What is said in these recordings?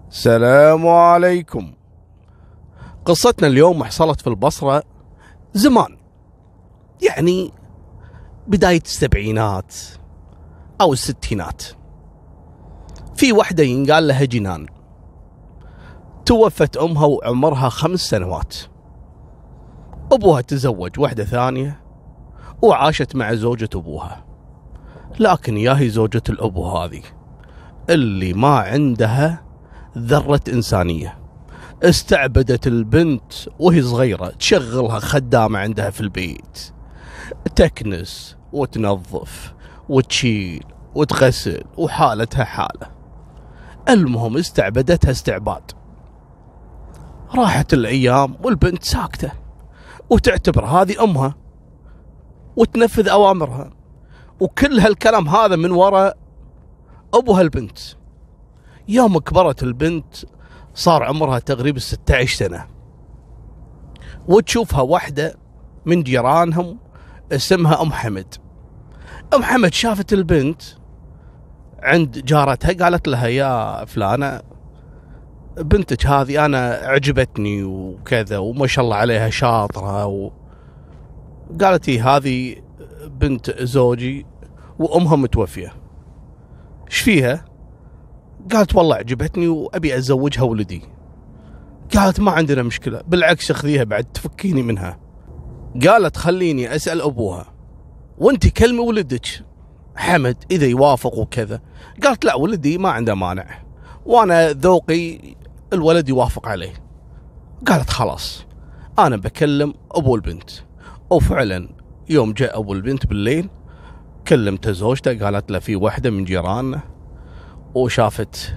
السلام عليكم. قصتنا اليوم حصلت في البصرة زمان، يعني بداية السبعينات أو الستينات. في وحدة ينقال لها جنان، توفت أمها وعمرها 5 سنوات. أبوها تزوج وحدة ثانية وعاشت مع زوجة أبوها، لكن ياهي زوجة الأبو هذه اللي ما عندها ذرة إنسانية. استعبدت البنت وهي صغيرة، تشغلها خدامة عندها في البيت، تكنس وتنظف وتشيل وتغسل، وحالتها حالة. المهم استعبدتها استعباد. راحت الأيام والبنت ساكتة وتعتبر هذه أمها وتنفذ أوامرها، وكل هالكلام هذا من وراء أبوها البنت. يوم كبرت البنت صار عمرها تقريبا 16 سنة، وتشوفها واحدة من جيرانهم اسمها أم حمد. أم حمد شافت البنت عند جارتها، قالت لها يا فلانة، بنتك هذه أنا عجبتني وكذا وما شاء الله عليها شاطرة قالت لي هذه بنت زوجي وأمها متوفية، ايش فيها؟ قالت والله عجبتني وأبي أزوجها ولدي. قالت ما عندنا مشكلة، بالعكس اخذيها بعد تفكيني منها. قالت خليني أسأل أبوها وانت كلمي ولدك حمد إذا يوافق وكذا. قالت لا، ولدي ما عنده مانع وأنا ذوقي الولد يوافق عليه. قالت خلاص أنا بكلم أبو البنت. وفعلا يوم جاء أبو البنت بالليل كلمت زوجته، قالت له في واحدة من جيراننا وشافت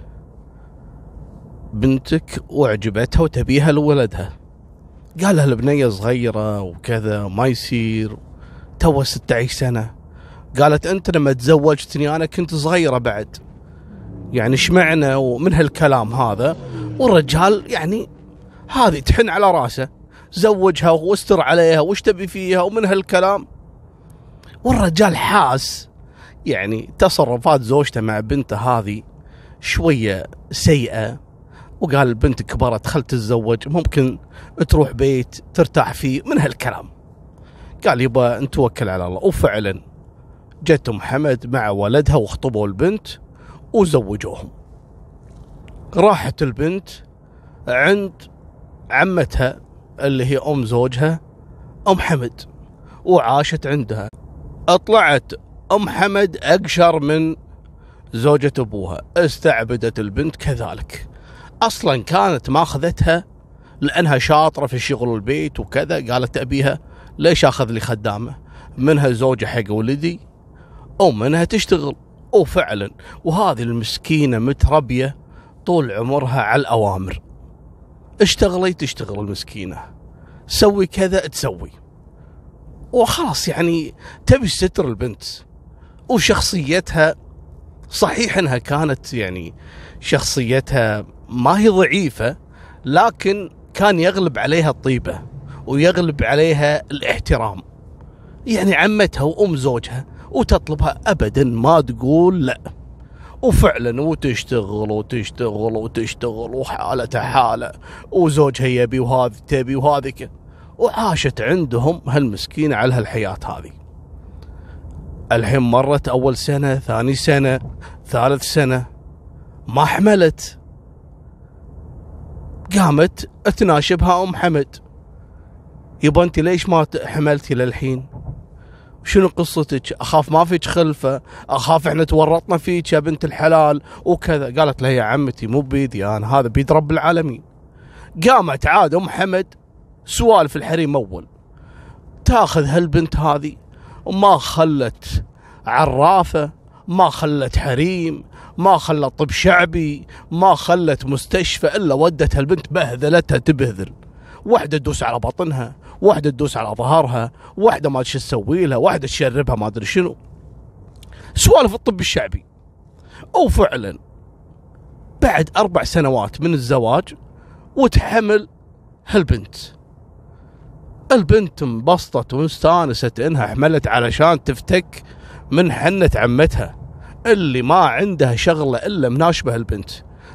بنتك وعجبتها وتبيها لولدها. قال لها البنية صغيرة وكذا ما يصير، توه 16 سنة. قالت أنت لما تزوجتني أنا كنت صغيرة بعد، يعني اشمعنى ومن هالكلام هذا؟ والرجال يعني هذه تحن على راسه، زوجها واستر عليها وش تبي فيها ومن هالكلام. والرجال حاس يعني تصرفات زوجته مع بنته هذه شوية سيئة، وقال البنت كبرت خل تتزوج، ممكن تروح بيت ترتاح فيه من هالكلام. قال يبا نتوكل على الله. وفعلا جت أم حمد مع ولدها وخطبوا البنت وزوجوهم. راحت البنت عند عمتها اللي هي أم زوجها أم حمد وعاشت عندها. اطلعت أم حمد أقشر من زوجة أبوها، استعبدت البنت كذلك. أصلا كانت ماخذتها لأنها شاطرة في شغل البيت وكذا، قالت أبيها ليش أخذ لي خدامة، منها زوجة حق ولدي ومنها تشتغل. وفعلا وهذه المسكينة متربية طول عمرها على الأوامر، اشتغلي تشتغل المسكينة، سوي كذا تسوي، وخلاص يعني تبي ستر البنت. وشخصيتها صحيح انها كانت يعني شخصيتها ما هي ضعيفة، لكن كان يغلب عليها الطيبة ويغلب عليها الاحترام. يعني عمتها وأم زوجها وتطلبها أبدا ما تقول لا. وفعلا وتشتغل وتشتغل وتشتغل وحالتها حالة، وزوجها يبي وهذه تبي وهذه كذا، وعاشت عندهم هالمسكينة على هالحياة هذه. الحين مرت أول سنة، ثاني سنة، ثالث سنة، ما حملت. قامت تناشبها أم حمد، يبا أنت ليش ما حملتي للحين؟ شنو قصتك؟ أخاف ما فيك خلفة، أخاف إحنا تورطنا فيك يا بنت الحلال وكذا. قالت لها يا عمتي مو بيدي أنا، هذا بيد رب العالمين. قامت عاد أم حمد سوالف الحريم أول، تاخذ هالبنت هذه وما خلت عرافة، ما خلت حريم، ما خلت طب شعبي، ما خلت مستشفى، إلا ودت هالبنت بهذلتها تبهذل. واحدة تدوس على بطنها، واحدة تدوس على ظهرها، واحدة ما تشي تسوي لها، واحدة تشربها ما أدري شنو، سوالف الطب الشعبي. وفعلا بعد 4 سنوات من الزواج وتحمل هالبنت. البنت انبسطت واستانست انها حملت علشان تفتك من حنة عمتها اللي ما عندها شغلة الا مناشبة البنت.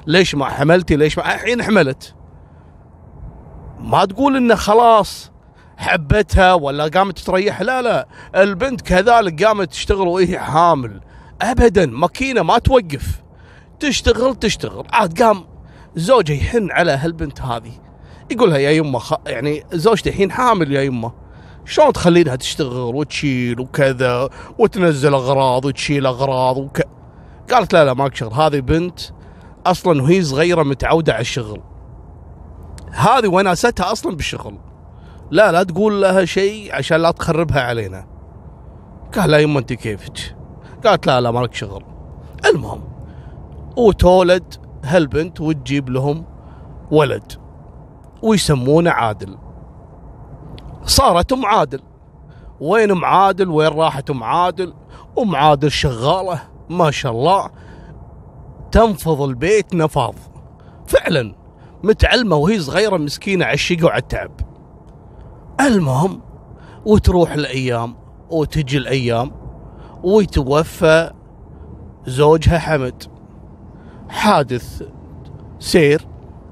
ليش ما حملتي؟ ليش ما الحين حملت؟ ما تقول انه خلاص حبتها ولا قامت تريح، لا لا، البنت كذلك قامت تشتغل وهي حامل، ابدا ماكينه ما توقف، تشتغل عاد. قام زوجها يحن على هالبنت هذه، يقولها يا يمه يعني زوجتي الحين حامل يا يمه، شلون تخلينها تشتغل وتشيل وكذا وتنزل اغراض وتشيل اغراض قالت لا لا ماك شغل، هذه بنت اصلا وهي صغيره متعوده على الشغل، هذه وناستها اصلا بالشغل، لا تقول لها شيء عشان لا تخربها علينا. قال لا يما انت كيفك؟ قالت لا مالك شغل. المهم وتولد هالبنت وتجيب لهم ولد ويسمونه عادل. صارت ام عادل. وين ام عادل؟ وين راحت ام عادل؟ ام عادل شغاله ما شاء الله، تنفض البيت نفاض فعلا، متعلمه وهي صغيره مسكينه على الشقا وعلى التعب. المهم وتروح الايام وتجي الايام ويتوفى زوجها حمد، حادث سير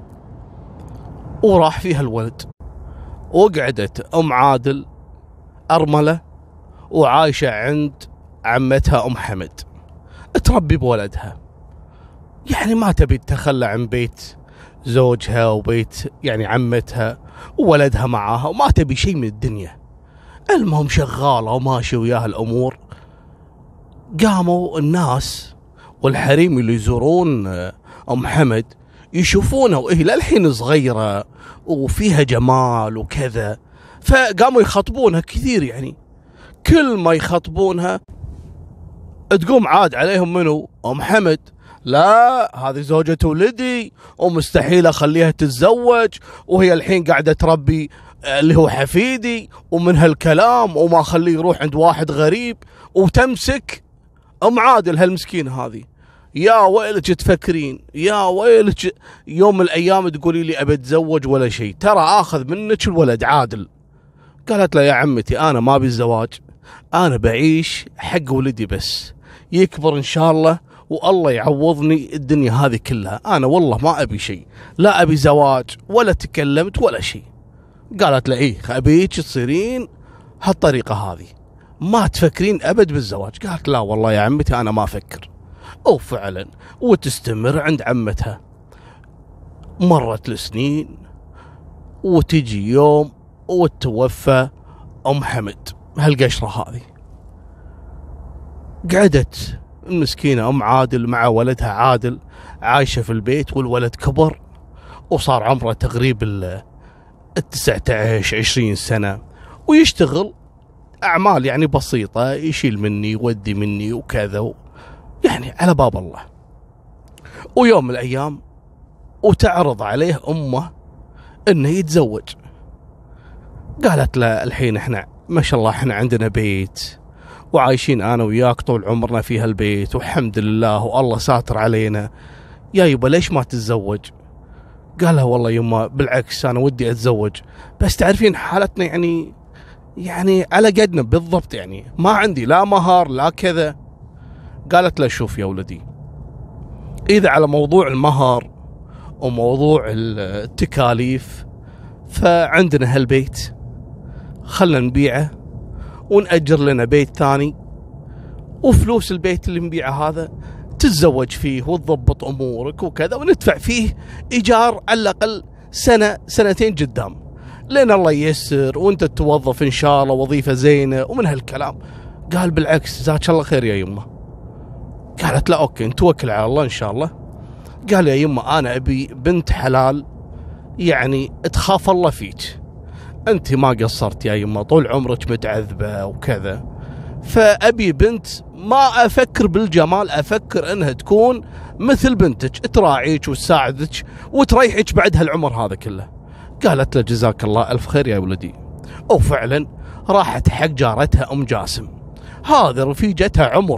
وراح فيها الولد، وقعدت ام عادل ارمله وعايشه عند عمتها ام حمد تربي بولدها، يعني ما تبي تتخلى عن بيت زوجها وبيت يعني عمتها وولدها معاها، وما تبي شيء من الدنيا. المهم شغاله وماشي وياها الامور. قاموا الناس والحريم اللي يزورون ام حمد يشوفونها وهي للحين صغيره وفيها جمال وكذا، فقاموا يخطبونها كثير، يعني كل ما يخطبونها تقوم عاد عليهم منو؟ ام حمد، لا هذه زوجة ولدي ومستحيل اخليها تتزوج، وهي الحين قاعده تربي اللي هو حفيدي ومن هالكلام، وما اخليه يروح عند واحد غريب. وتمسك ام عادل هالمسكينه هذه، يا ويلك تفكرين، يا ويلك يوم من الايام تقولي لي ابي اتزوج ولا شيء، ترى اخذ منك الولد عادل. قالت له يا عمتي انا ما ابي الزواج، انا بعيش حق ولدي بس، يكبر ان شاء الله والله يعوضني الدنيا هذه كلها، انا والله ما ابي شيء، لا ابي زواج ولا تكلمت ولا شيء. قالت له ايه ابيك تصيرين هالطريقه هذه، ما تفكرين ابد بالزواج. قالت لا والله يا عمتي انا ما افكر. وفعلا وتستمر عند عمتها. مرت السنين وتجي يوم وتوفى ام حمد هالقشره هذه. قعدت المسكينه ام عادل مع ولدها عادل عايشه في البيت، والولد كبر وصار عمره تقريبا 19-20 سنه، ويشتغل اعمال يعني بسيطه، يشيل مني يودي مني وكذا، يعني على باب الله. ويوم من الايام وتعرض عليه امه انه يتزوج. قالت له الحين احنا ما شاء الله احنا عندنا بيت وعايشين انا وياك طول عمرنا في هالبيت والحمد لله والله ساتر علينا، يا يبا ليش ما تتزوج؟ قالها والله يما بالعكس انا ودي اتزوج، بس تعرفين حالتنا يعني على قدنا بالضبط، يعني ما عندي لا مهر لا كذا. قالت له شوف يا ولدي، اذا على موضوع المهر وموضوع التكاليف فعندنا هالبيت خلنا نبيعه ونأجر لنا بيت ثاني، وفلوس البيت اللي نبيعه هذا تتزوج فيه وتضبط امورك وكذا، وندفع فيه ايجار على الاقل سنه سنتين قدام لين الله ييسر وانت تتوظف ان شاء الله وظيفه زينه ومن هالكلام. قال بالعكس جزاك الله خير يا يمه. قالت لا اوكي نتوكل على الله ان شاء الله. قال يا يمه انا ابي بنت حلال يعني تخاف الله فيك، انت ما قصرت يا يمه طول عمرك متعذبه وكذا، فابي بنت ما افكر بالجمال، افكر انها تكون مثل بنتك تراعيك وتساعدك وتريحك بعد هالعمر هذا كله. قالت له جزاك الله الف خير يا ولدي. وفعلا راحت حق جارتها ام جاسم، هذه رفيجتها عمر،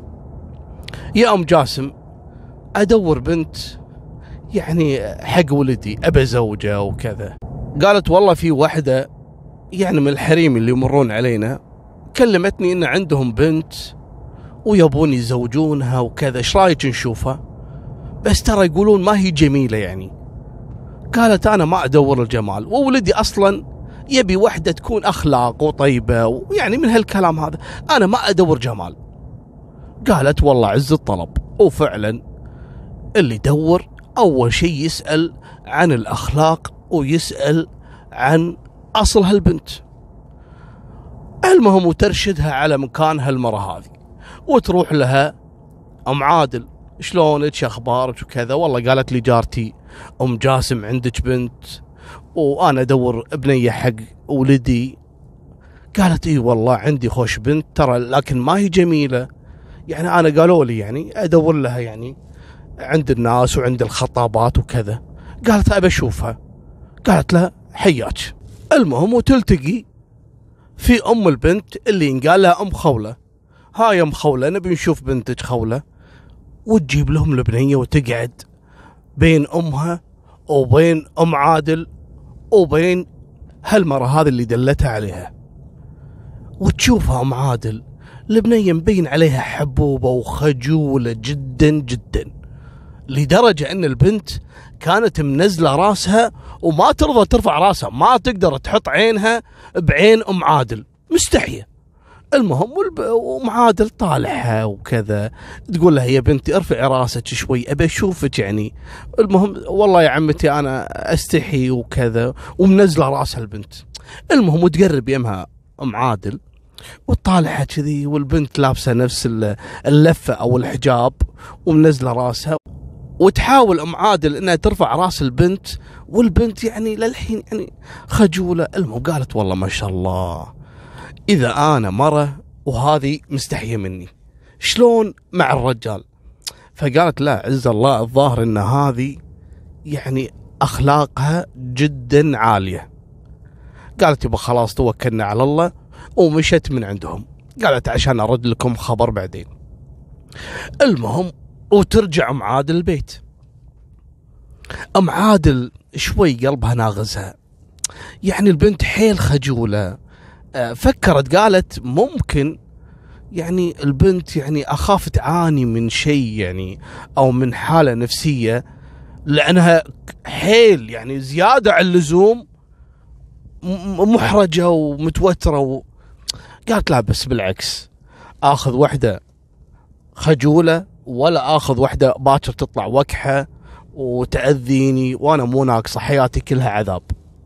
يا ام جاسم ادور بنت يعني حق ولدي ابى زوجه وكذا. قالت والله في واحده يعني من الحريم اللي يمرون علينا كلمتني ان عندهم بنت ويبون يزوجونها وكذا، ايش رايك نشوفها؟ بس ترى يقولون ما هي جميلة يعني. قالت أنا ما أدور الجمال، وولدي أصلا يبي وحدة تكون أخلاق وطيبة ويعني من هالكلام هذا، أنا ما أدور جمال. قالت والله عز الطلب. وفعلا اللي يدور أول شيء يسأل عن الأخلاق ويسأل عن أصل هالبنت. المهم وترشدها على مكان هالمرة هذه، وتروح لها أم عادل شلونك شو أخبارك وكذا. والله قالت لي جارتي أم جاسم عندك بنت وأنا أدور بنية حق ولدي. قالت إي والله عندي خوش بنت ترى، لكن ما هي جميلة يعني، أنا قالوا لي يعني أدور لها يعني عند الناس وعند الخطابات وكذا. قالت أبى أشوفها. قالت لها حياك. المهم وتلتقي في أم البنت اللي ينقال لها أم خولة. هاي أم خولة نبي نشوف بنتك خولة. وتجيب لهم البنية وتقعد بين أمها وبين أم عادل وبين هالمرة هذه اللي دلتها عليها. وتشوفها أم عادل البنية مبين عليها حبوبة وخجولة جدا جدا، لدرجة أن البنت كانت منزلة راسها وما ترضى ترفع راسها، ما تقدر تحط عينها بعين أم عادل، مستحية. المهم أم عادل طالعها وكذا، تقول لها يا بنتي ارفعي راسك شوي أبي أشوفك يعني. المهم والله يا عمتي أنا أستحي وكذا، ومنزلة راسها البنت. المهم وتقرب يمها أم عادل وطالعها كذي، والبنت لابسة نفس اللفة أو الحجاب ومنزلة راسها، وتحاول أم عادل أنها ترفع راس البنت، والبنت يعني للحين يعني خجولة. المهم قالت والله ما شاء الله إذا أنا مرة وهذه مستحية مني شلون مع الرجال. فقالت لا عز الله الظاهر أن هذه يعني أخلاقها جدا عالية. قالت يبا خلاص توكلنا على الله ومشت من عندهم. قالت عشان أرد لكم خبر بعدين. المهم وترجع أم عادل البيت. أم عادل شوي قلبها ناغزها، يعني البنت حيل خجولة. فكرت قالت ممكن يعني البنت يعني أخاف تعاني من شيء يعني أو من حالة نفسية، لأنها حيل يعني زيادة عن اللزوم محرجة ومتوترة قالت لا بس بالعكس، آخذ وحدة خجولة ولا آخذ وحدة باكر تطلع وكحة وتأذيني وأنا مو ناقصة حياتي كلها عذاب.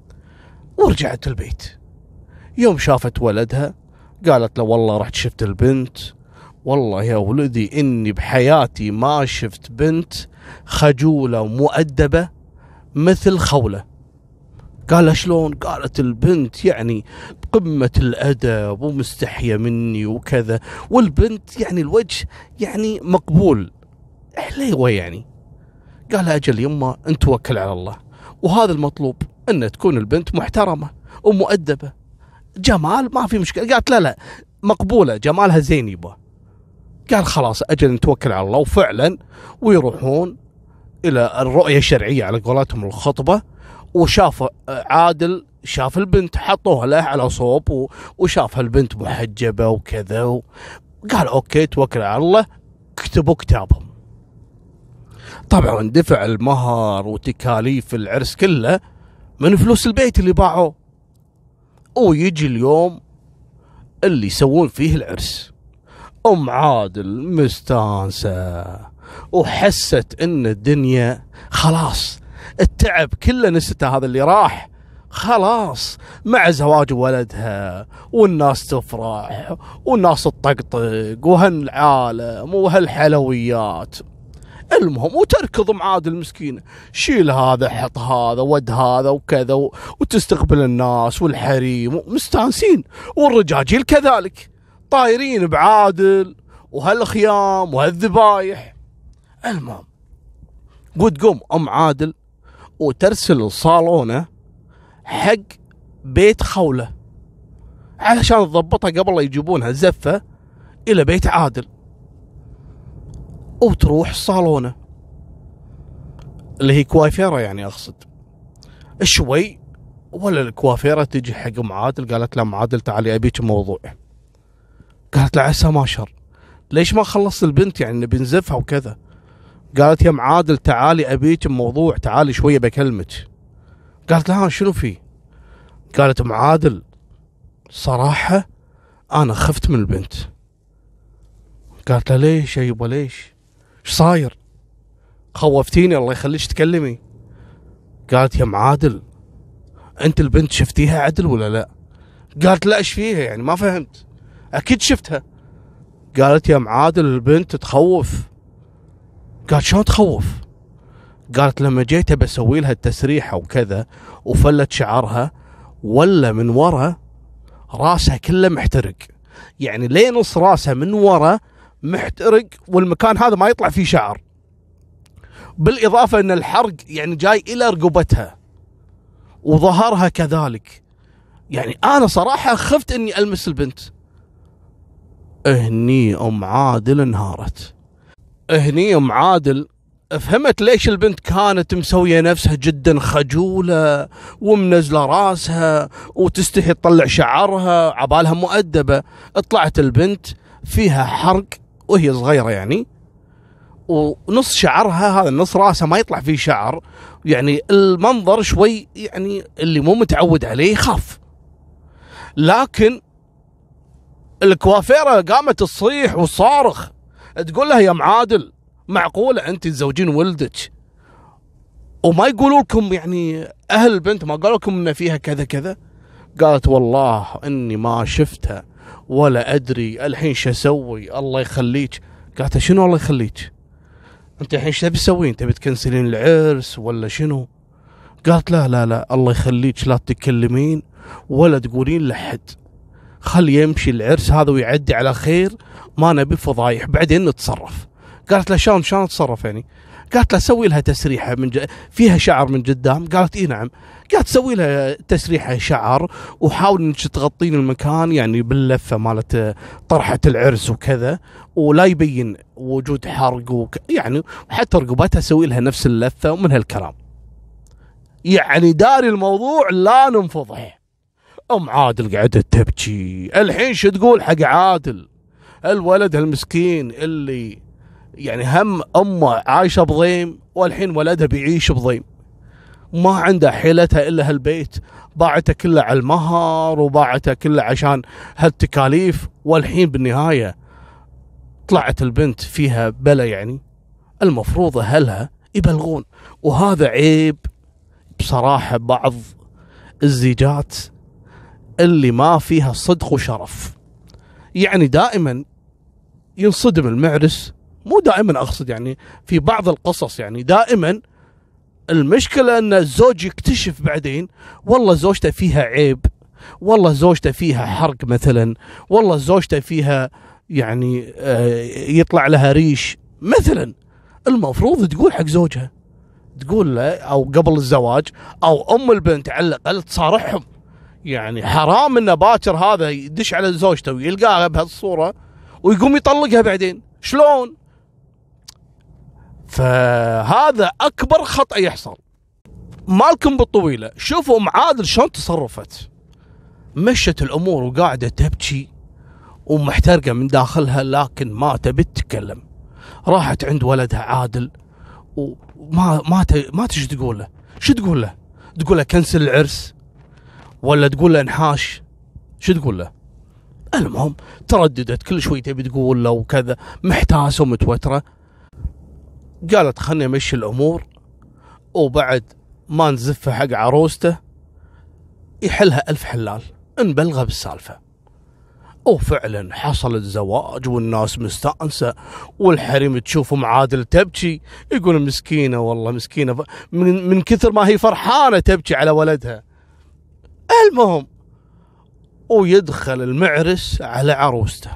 ورجعت البيت. يوم شافت ولدها قالت له والله رحت شفت البنت، والله يا ولدي إني بحياتي ما شفت بنت خجولة ومؤدبة مثل خولة. قال شلون؟ قالت البنت يعني بقمة الأدب ومستحية مني وكذا، والبنت يعني الوجه يعني مقبول حليوة يعني. قال أجل يما أنت توكل على الله، وهذا المطلوب أن تكون البنت محترمة ومؤدبة، جمال ما في مشكلة. قالت لا لا مقبولة جمالها زين يبا. قال خلاص أجل نتوكل على الله. وفعلا ويروحون إلى الرؤية الشرعية على قولتهم الخطبة، وشاف عادل شاف البنت حطوها له على صوب وشافها البنت محجبة وكذا قال أوكي توكل على الله. كتبوا كتابهم. طبعا دفع المهر وتكاليف العرس كله من فلوس البيت اللي باعوه. ويجي اليوم اللي يسوون فيه العرس. أم عادل مستانسة وحست إن الدنيا خلاص التعب كله نسته، هذا اللي راح خلاص مع زواج ولدها، والناس تفرح والناس تطقطق وهالعالم وهالحلويات. المهم وتركض أم عادل المسكينة، شيل هذا حط هذا ود هذا وكذا وتستقبل الناس والحريم مستانسين، والرجاجيل كذلك طايرين بعادل وهالخيام وهالذبايح. المهم وتقوم أم عادل وترسل الصالونة حق بيت خولة علشان تضبطها قبل لا يجيبونها زفة إلى بيت عادل. وتروح الصالونة اللي هي كوافيرة يعني أقصد. شوي ولا الكوافيرة تجي حق أم عادل قالت لا أم عادل تعالي أبيك موضوع. قالت لا عسى ما شر، ليش ما خلصت البنت يعني نبي نزفها وكذا. قالت يا معادل تعالي ابيك بموضوع، تعالي شويه بكلمك. قالت لها شنو في؟ قالت معادل صراحه انا خفت من البنت. قالت له ليش يا يبا ليش؟ ايش صاير؟ خوفتيني الله يخليك تكلمي. قالت يا معادل انت البنت شفتيها عدل ولا لا؟ قالت لا ايش فيها يعني ما فهمت. اكيد شفتها. قالت يا معادل البنت تخوف. قال شلون تخوف؟ قالت لما جيت بسوي لها التسريحه وكذا وفلت شعرها ولا من ورا راسها كله محترق، يعني ليه نص راسها من ورا محترق والمكان هذا ما يطلع فيه شعر، بالاضافه ان الحرق يعني جاي الى رقبتها وظهرها كذلك. يعني انا صراحه خفت اني المس البنت. هني ام عادل انهارت. هني ام عادل فهمت ليش البنت كانت مسويه نفسها جدا خجوله ومنزله راسها وتستحي تطلع شعرها، عبالها مؤدبه. طلعت البنت فيها حرق وهي صغيره يعني، ونص شعرها هذا نص راسها ما يطلع فيه شعر، يعني المنظر شوي يعني اللي مو متعود عليه يخاف. لكن الكوافيره قامت تصيح وتصارخ تقول لها يا معادل معقوله انت تزوجين ولدك وما يقولوا لكم يعني اهل البنت ما قالوا لكم ان فيها كذا كذا؟ قالت والله اني ما شفتها ولا ادري الحين شو اسوي الله يخليك. قالت شنو الله يخليك؟ انت الحين ايش تبي تسوين؟ تبي تكنسلين العرس ولا شنو؟ قالت لا لا لا الله يخليك لا تتكلمين ولا تقولين لحد، خلي يمشي العرس هذا ويعدي على خير، ما نبي فضايح بعدين نتصرف. قالت له شلون اتصرف يعني؟ قالت له سوي لها تسريحه فيها شعر من قدام. قالت اي نعم. قالت سوي لها تسريحه شعر وحاول انك تغطين المكان يعني باللفه مالت طرحه العرس وكذا، ولا يبين وجود حرق يعني وحتى رقبتها سوي لها نفس اللفه ومن هالكلام. يعني داري الموضوع لا ننفضح. ام عادل قعدت تبكي. الحين شو تقول حق عادل الولد المسكين اللي يعني هم امه عايشه بضيم والحين ولدها بيعيش بضيم، ما عنده حيلتها الا هالبيت، باعته كله على المهر وباعته كله عشان هالتكاليف، والحين بالنهايه طلعت البنت فيها بلا يعني. المفروض اهلها يبلغون، وهذا عيب بصراحه بعض الزيجات اللي ما فيها صدق وشرف. يعني دائما ينصدم المعرس، مو دائما اقصد يعني في بعض القصص، يعني دائما المشكلة ان الزوج يكتشف بعدين والله زوجته فيها عيب، والله زوجته فيها حرق مثلا، والله زوجته فيها يعني يطلع لها ريش مثلا. المفروض تقول حق زوجها، تقول له او قبل الزواج او ام البنت على الاقل تصارحهم. يعني حرام ان باكر هذا يدش على زوجته ويلقاها بهالصورة ويقوم يطلقها بعدين، شلون؟ فهذا اكبر خطأ يحصل. مالكم بالطويلة شوفوا ام عادل شلون تصرفت، مشت الامور وقاعدة تبكي ومحترقة من داخلها لكن ما تبي تتكلم. راحت عند ولدها عادل وما ما تجي تقول له. شو تقول له؟ تقول له كنسل العرس ولا تقول له انحاش؟ شو تقول له؟ المهم ترددت كل شوي تبي تقول له وكذا، محتاسه ومتوتره. قالت خلني امشي الامور وبعد ما نزفها حق عروسته يحلها الف حلال، نبلغها بالسالفه. وفعلا حصل الزواج والناس مستانسه والحريم تشوف ام عادل تبكي، يقول مسكينه والله مسكينه من كثر ما هي فرحانه تبكي على ولدها. المهم ويدخل المعرس على عروسته،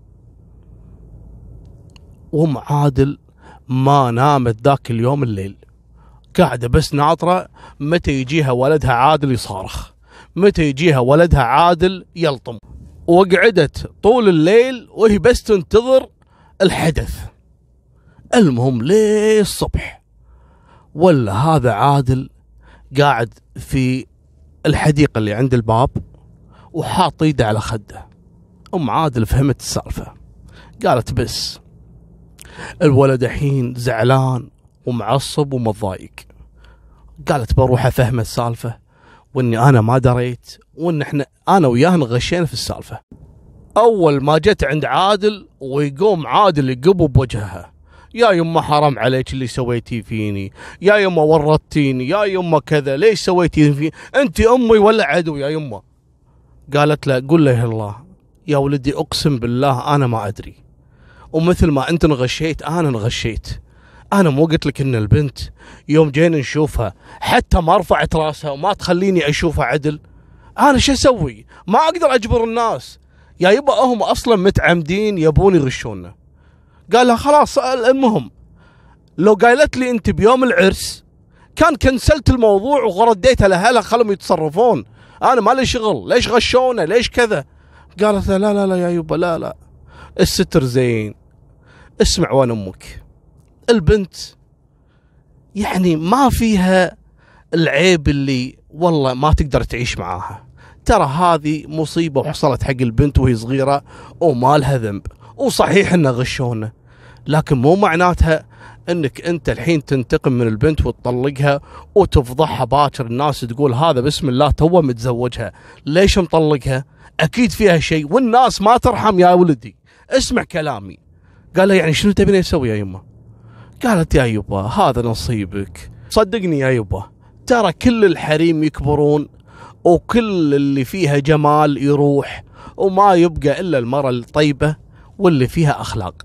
وام عادل ما نامت ذاك اليوم الليل، قاعده بس ناطره متى يجيها ولدها عادل يصارخ، متى يجيها ولدها عادل يلطم. وقعدت طول الليل وهي بس تنتظر الحدث. المهم ليه الصبح ولا هذا عادل قاعد في الحديقه اللي عند الباب وحاط ايده على خده. ام عادل فهمت السالفه، قالت بس الولد الحين زعلان ومعصب ومتضايق. قالت بروح افهم السالفه، واني انا ما دريت، وان انا وياه غشينا في السالفه. اول ما جت عند عادل ويقوم عادل يقب بوجهها: يا يمه حرام عليك اللي سويتي فيني، يا يمه ورطتيني، يا يمه كذا، ليش سويتي فيني؟ انت امي ولا عدو يا يمه؟ قالت له: قل له الله يا ولدي، اقسم بالله انا ما ادري، ومثل ما انت انغشيت انا انغشيت. انا مو قلت لك ان البنت يوم جينا نشوفها حتى ما رفعت راسها وما تخليني اشوفها عدل؟ انا شو اسوي؟ ما اقدر اجبر الناس يا يبا، هم اصلا متعمدين يبون يغشونا. قال لها: خلاص المهم لو قالت لي انت بيوم العرس كان كنسلت الموضوع ورديتها لاهلها خلهم يتصرفون، انا ما لي شغل، ليش غشونا ليش كذا؟ قالت لا لا لا يا يبا، لا لا الستر زين. اسمع وين امك، البنت يعني ما فيها العيب اللي والله ما تقدر تعيش معاها. ترى هذه مصيبة وحصلت حق البنت وهي صغيرة وما لها ذنب، وصحيح انه غشونا، لكن مو معناتها انك انت الحين تنتقم من البنت وتطلقها وتفضحها باكر، الناس تقول هذا بسم الله توه متزوجها، ليش مطلقها؟ اكيد فيها شيء، والناس ما ترحم يا ولدي، اسمع كلامي. قال له: يعني شنو تبين يسوي يا يمه؟ قالت: يا يبا هذا نصيبك، صدقني يا يبا، ترى كل الحريم يكبرون وكل اللي فيها جمال يروح، وما يبقى إلا المرأة الطيبة واللي فيها أخلاق.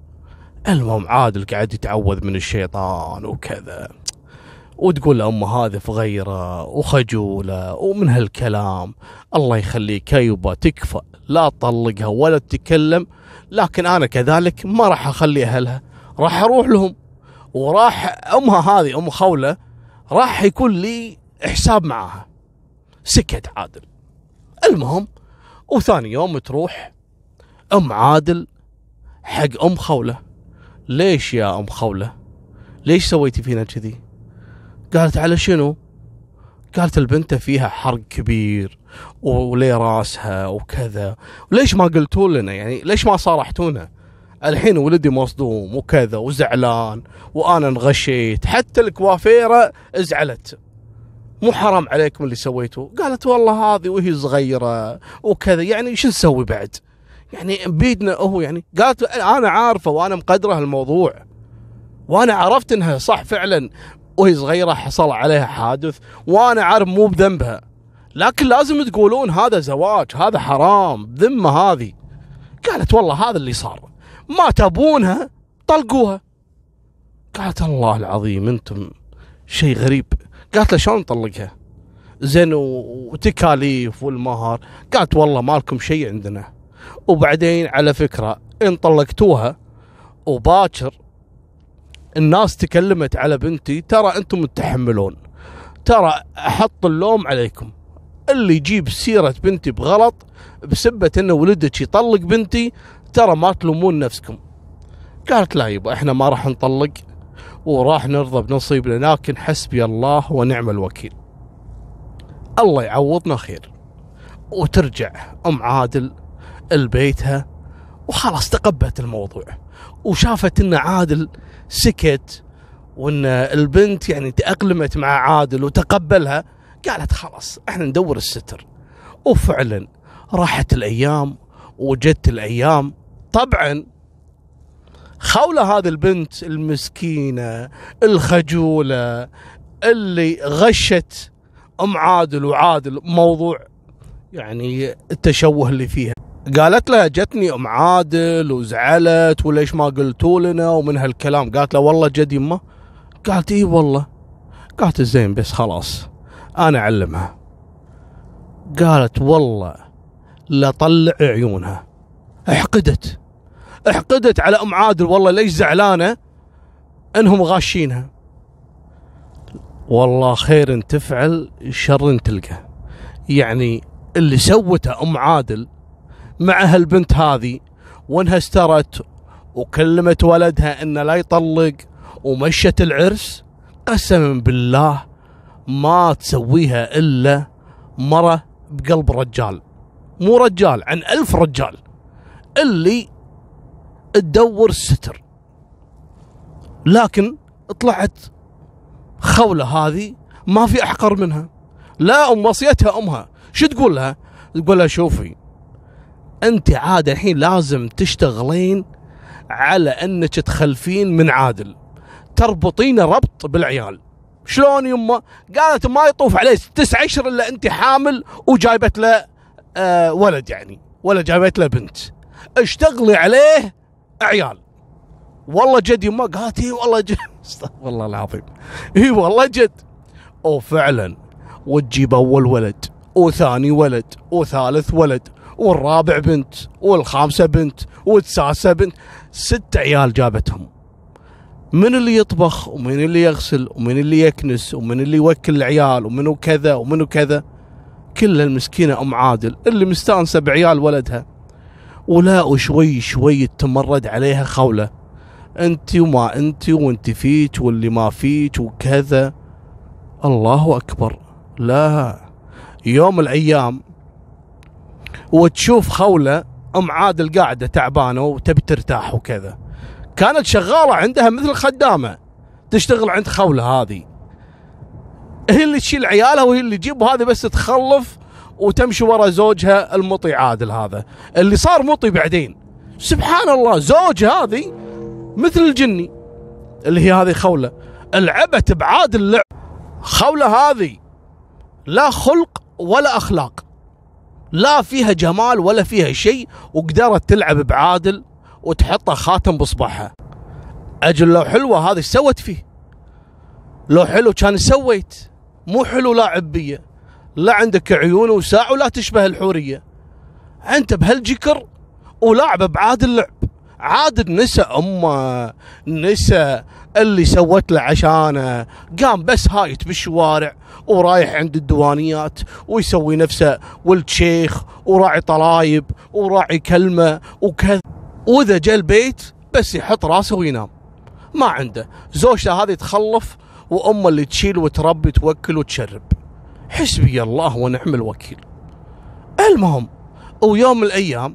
المهم عادل قاعد يتعوذ من الشيطان وكذا، وتقول لأمه هذه فغيرة وخجولة ومن هالكلام، الله يخليك يا يبا تكفى، لا تطلقها ولا تتكلم، لكن أنا كذلك ما راح أخلي أهلها، راح أروح لهم، وراح أمها هذه أم خولة راح يكون لي حساب معاها. سكت عادل. المهم وثاني يوم تروح أم عادل حق أم خولة: ليش يا أم خولة؟ ليش سويتي فينا كذي؟ قالت: على شنو؟ قالت: البنت فيها حرق كبير ولي راسها وكذا، وليش ما قلتوا لنا؟ يعني ليش ما صارحتونا؟ الحين ولدي مصدوم وكذا وزعلان، وأنا انغشيت، حتى الكوافيرة زعلت، مو حرام عليكم اللي سويتوه؟ قالت: والله هذه وهي صغيرة وكذا، يعني شو نسوي بعد؟ يعني بيدنا هو يعني. قالت: أنا عارفة وأنا مقدرة الموضوع، وأنا عرفت إنها صح فعلا وهي صغيرة حصل عليها حادث، وأنا عارف مو بذنبها، لكن لازم تقولون هذا زواج، هذا حرام، ذمة هذه. قالت: والله هذا اللي صار، ما تبونها طلقوها. قالت: الله العظيم أنتم شيء غريب. قالت له: شلون نطلقها؟ زين وتكاليف والمهر؟ قالت: والله ما لكم شيء عندنا، وبعدين على فكرة إن طلقتوها وباكر الناس تكلمت على بنتي ترى أنتم متحملون، ترى أحط اللوم عليكم، اللي يجيب سيرة بنتي بغلط بسبة إنه ولدك يطلق بنتي ترى ما تلومون نفسكم. قالت: لا يبا إحنا ما راح نطلق وراح نرضى بنصيبنا، لكن حسبي الله ونعم الوكيل، الله يعوضنا خير. وترجع أم عادل البيتها وخلاص تقبلت الموضوع، وشافت إن عادل سكت وإن البنت يعني تأقلمت مع عادل وتقبلها، قالت خلاص احنا ندور الستر. وفعلا راحت الأيام وجدت الأيام. طبعا خولة هذه البنت المسكينة الخجولة اللي غشت أم عادل وعادل موضوع يعني التشوه اللي فيها، قالت لها جتني أم عادل وزعلت وليش ما قلتوا لنا ومن هالكلام. قالت له: والله جد يمه؟ قالت: اي والله. قالت: زين بس خلاص أنا أعلمها. قالت: والله لا طلع عيونها، احقدت على أم عادل، والله ليش زعلانة انهم غاشينها. والله خير تفعل شر تلقى، يعني اللي سوته أم عادل مع هالبنت هذه وانها استرت وكلمت ولدها انه لا يطلق ومشت العرس، قسما بالله ما تسويها الا مرة بقلب رجال، مو رجال عن 1000 رجال اللي تدور الستر. لكن طلعت خولة هذه ما في أحقر منها. لا، وصيتها أمها شو تقول لها؟ تقول لها شوفي أنت عاد الحين لازم تشتغلين على أنك تخلفين من عادل، تربطين ربط بالعيال. شلون يمه؟ قالت ما يطوف عليه 9 أشهر إلا أنت حامل وجايبت له ولد، يعني ولا جايبت له بنت، اشتغلي عليه عيال. والله جد يمه قالت اي والله جد استغفر الله العظيم، اي والله جد. وفعلا وتجيب اول ولد وثاني ولد وثالث ولد والرابع بنت والخامسه بنت والتساسه بنت، 6 عيال جابتهم. من اللي يطبخ ومن اللي يغسل ومن اللي يكنس ومن اللي يوكل العيال ومنو كذا ومنو كذا، كل المسكينه ام عادل اللي مستانسه بعيال ولدها. ولا وشوي شوي تمرد عليها خولة، انت وما انت وانت فيك واللي ما فيك وكذا. الله اكبر. لا، يوم من الايام وتشوف خولة ام عادل قاعده تعبانه وتبي ترتاح وكذا، كانت شغاله عندها مثل خدامه تشتغل عند خولة هذه، هي اللي تشيل عيالها وهي اللي تجيب، وهذه بس تخلف وتمشي ورا زوجها المطي عادل هذا اللي صار مطي بعدين. سبحان الله، زوج هذه مثل الجني اللي هي هذه خولة، لعبت بعادل لعب. خولة هذه لا خلق ولا أخلاق، لا فيها جمال ولا فيها شيء، وقدرت تلعب بعادل وتحطه خاتم بصبعها. أجل لو حلوة هذه سوت فيه، لو حلو كان سويت، مو حلو لاعب بيه، لا عندك عيون وساع ولا تشبه الحورية، انت بهالجكر ولاعبه بعادل لعب. عادل نسى امه، نسى اللي سوت له عشانه، قام بس هايت بالشوارع ورايح عند الديوانيات ويسوي نفسه ولد شيخ وراعي طلايب وراعي كلمة وكذا، واذا جاء البيت بس يحط راسه وينام، ما عنده. زوجته هذه تخلف وامه اللي تشيل وتربي توكل وتشرب. حسبي الله ونعم الوكيل. المهم، ويوم من الايام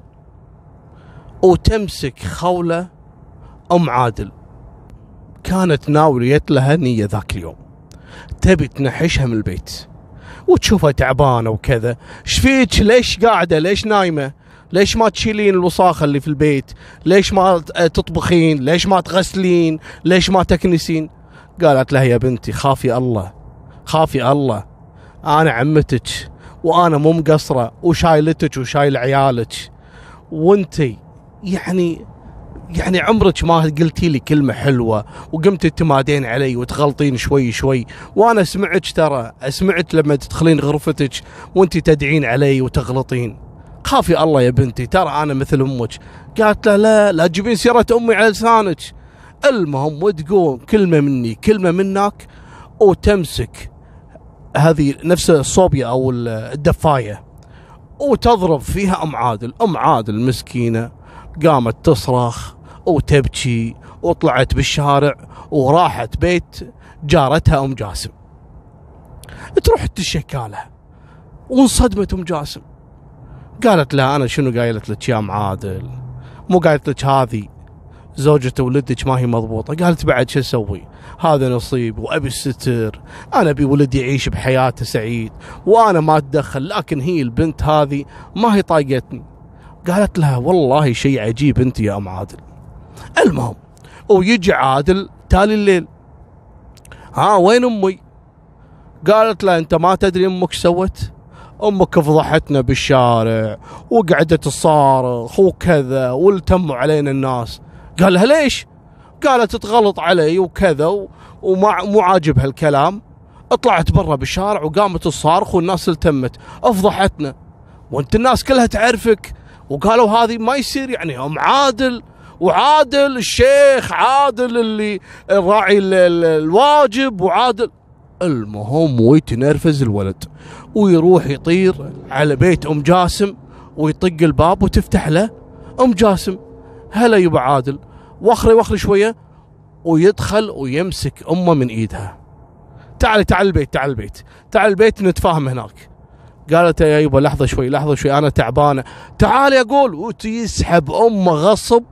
وتمسك خولة ام عادل، كانت ناوية لها نية ذاك اليوم تبي تنحشها من البيت، وتشوفها تعبانة وكذا. شفيك؟ ليش قاعدة؟ ليش نايمة؟ ليش ما تشيلين الوساخة اللي في البيت؟ ليش ما تطبخين؟ ليش ما تغسلين؟ ليش ما تكنسين؟ قالت لها يا بنتي خافي الله، خافي الله، أنا عمتك وأنا مو مقصرة وشايلتك وشايل عيالك، وانتي يعني عمرك ما قلتي لي كلمة حلوة وقمت تمادين علي وتغلطين شوي شوي، وأنا أسمعك، ترى أسمعك لما تدخلين غرفتك وانتي تدعين علي وتغلطين. خافي الله يا بنتي، ترى أنا مثل أمك. قالت لا لا لا تجيبين سيرة أمي على لسانك. المهم وتقوم كلمة مني كلمة منك وتمسك هذه نفس الصوبيا أو الدفاية وتضرب فيها أم عادل. أم عادل مسكينة قامت تصرخ وتبكي وطلعت بالشارع وراحت بيت جارتها أم جاسم تروح تشكالها، وانصدمت أم جاسم. قالت لها أنا شنو قايلت لك يا أم عادل؟ مو قايلت لك هذه زوجة ولدك ما هي مضبوطة؟ قالت بعد شو اسوي؟ هذا نصيب وابي الستر، انا ابي ولدي يعيش بحياته سعيد وانا ما اتدخل، لكن هي البنت هذه ما هي طايقتني. قالت لها والله شيء عجيب انت يا ام عادل. المهم ويجي عادل تالي الليل، ها وين امي؟ قالت لها انت ما تدري امك سوت؟ امك فضحتنا بالشارع وقعدت تصارخ وكذا والتموا علينا الناس. قال لها ليش؟ قالت تغلط علي وكذا مو عاجبها الكلام، طلعت برا بالشارع وقامت تصارخ والناس التمت، افضحتنا وانت الناس كلها تعرفك. وقالوا هذه ما يصير، يعني ام عادل وعادل الشيخ عادل اللي راعي الواجب وعادل. المهم ويتنرفز الولد ويروح يطير على بيت ام جاسم ويطق الباب وتفتح له ام جاسم، هلا يبا عادل، وخري شويه، ويدخل ويمسك امه من ايدها، تعال البيت، تعال البيت نتفاهم هناك. قالت يا يبا لحظه شوي انا تعبانه، تعال يقول، ويسحب امه غصب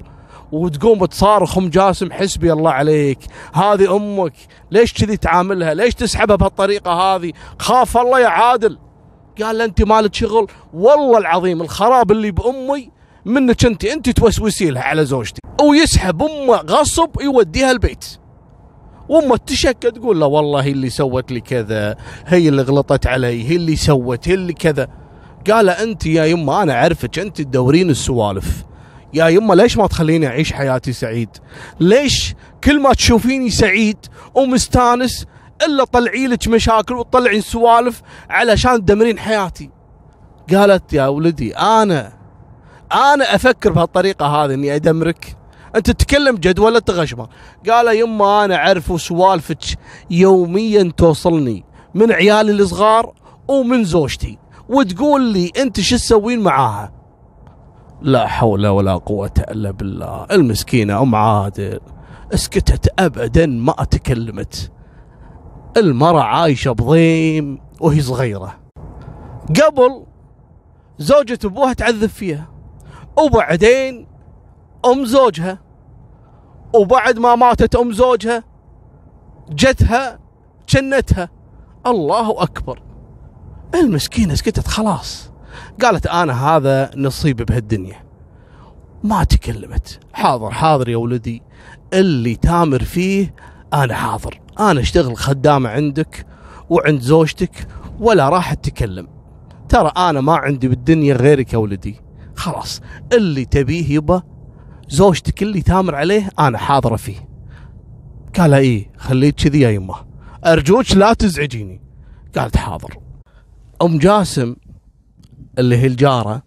وتقوم تصارخ ام جاسم حسبي الله عليك، هذه امك، ليش كذي تعاملها؟ ليش تسحبها بهالطريقه هذه؟ خاف الله يا عادل. قال له انت مالك شغل، والله العظيم الخراب اللي بامي منك انت توسوسي لها على زوجتي. ويسحب امه غصب يوديها البيت، وامه تشكى تقول له والله هي اللي سوت لي كذا، هي اللي غلطت علي، هي اللي سوت، هي اللي كذا. قال انت يا يمه انا اعرفك انت تدورين السوالف، يا يمه ليش ما تخليني اعيش حياتي سعيد؟ ليش كل ما تشوفيني سعيد ومستانس الا طلعي لك مشاكل وتطلعين سوالف علشان تدمرين حياتي؟ قالت يا ولدي انا افكر بهالطريقه هذه اني ادمرك؟ انت تتكلم جد ولا تغشمر؟ قال يما انا اعرف وسوالفك يوميا توصلني من عيالي الصغار ومن زوجتي، وتقول لي انت شو تسوين معاها؟ لا حول ولا قوة الا بالله. المسكينة ام عادل اسكتت ابدا ما تكلمت. المرأة عايشة بضيم وهي صغيرة، قبل زوجة ابوها تعذب فيها، وبعدين ام زوجها، وبعد ما ماتت ام زوجها جتها جنتها. الله اكبر. المسكينة سكتت خلاص، قالت انا هذا نصيبي بهالدنيا، ما تكلمت. حاضر حاضر يا ولدي، اللي تامر فيه انا حاضر، انا اشتغل خدامة عندك وعند زوجتك ولا راح اتكلم، ترى انا ما عندي بالدنيا غيرك يا ولدي، خلاص اللي تبيه يبا زوجتك اللي تامر عليه انا حاضرة فيه. قال ايه خليت كذي يا يمه، ارجوك لا تزعجيني. قالت حاضر. ام جاسم اللي هي الجارة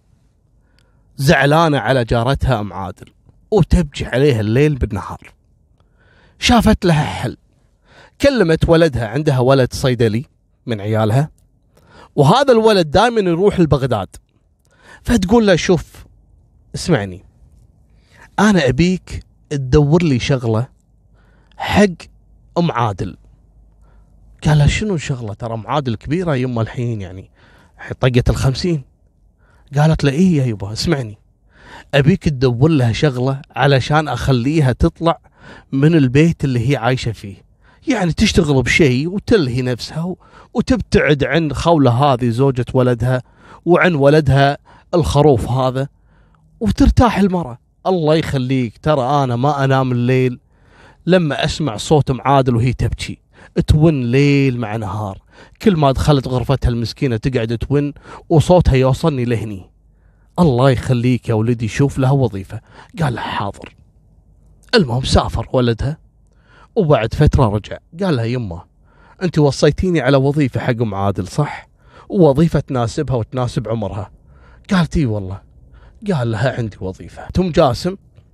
زعلانة على جارتها ام عادل وتبكي عليها الليل بالنهار. شافت لها حل، كلمت ولدها، عندها ولد صيدلي من عيالها، وهذا الولد دائما يروح لبغداد، فتقول له شوف اسمعني، انا ابيك تدور لي شغلة حق ام عادل. قال لها شنو شغلة؟ ترى ام عادل كبيرة يما الحين، يعني طقت 50. قالت له ايه يا يبا اسمعني، ابيك تدور لها شغلة علشان اخليها تطلع من البيت اللي هي عايشة فيه، يعني تشتغل بشيء وتلهي نفسها وتبتعد عن خولة هذه زوجة ولدها وعن ولدها الخروف هذا، وترتاح المرأة. الله يخليك، ترى انا ما انام الليل لما اسمع صوت ام عادل وهي تبكي، تون ليل مع نهار، كل ما دخلت غرفتها المسكينة تقعد تون وصوتها يوصلني لهني. الله يخليك يا ولدي شوف لها وظيفة. قال له حاضر. المهم سافر ولدها، وبعد فترة رجع قال لها يمه انت وصيتيني على وظيفة حق ام عادل صح؟ ووظيفة تناسبها وتناسب عمرها. قالت اي والله. قال لها عندي وظيفة. ام جاسم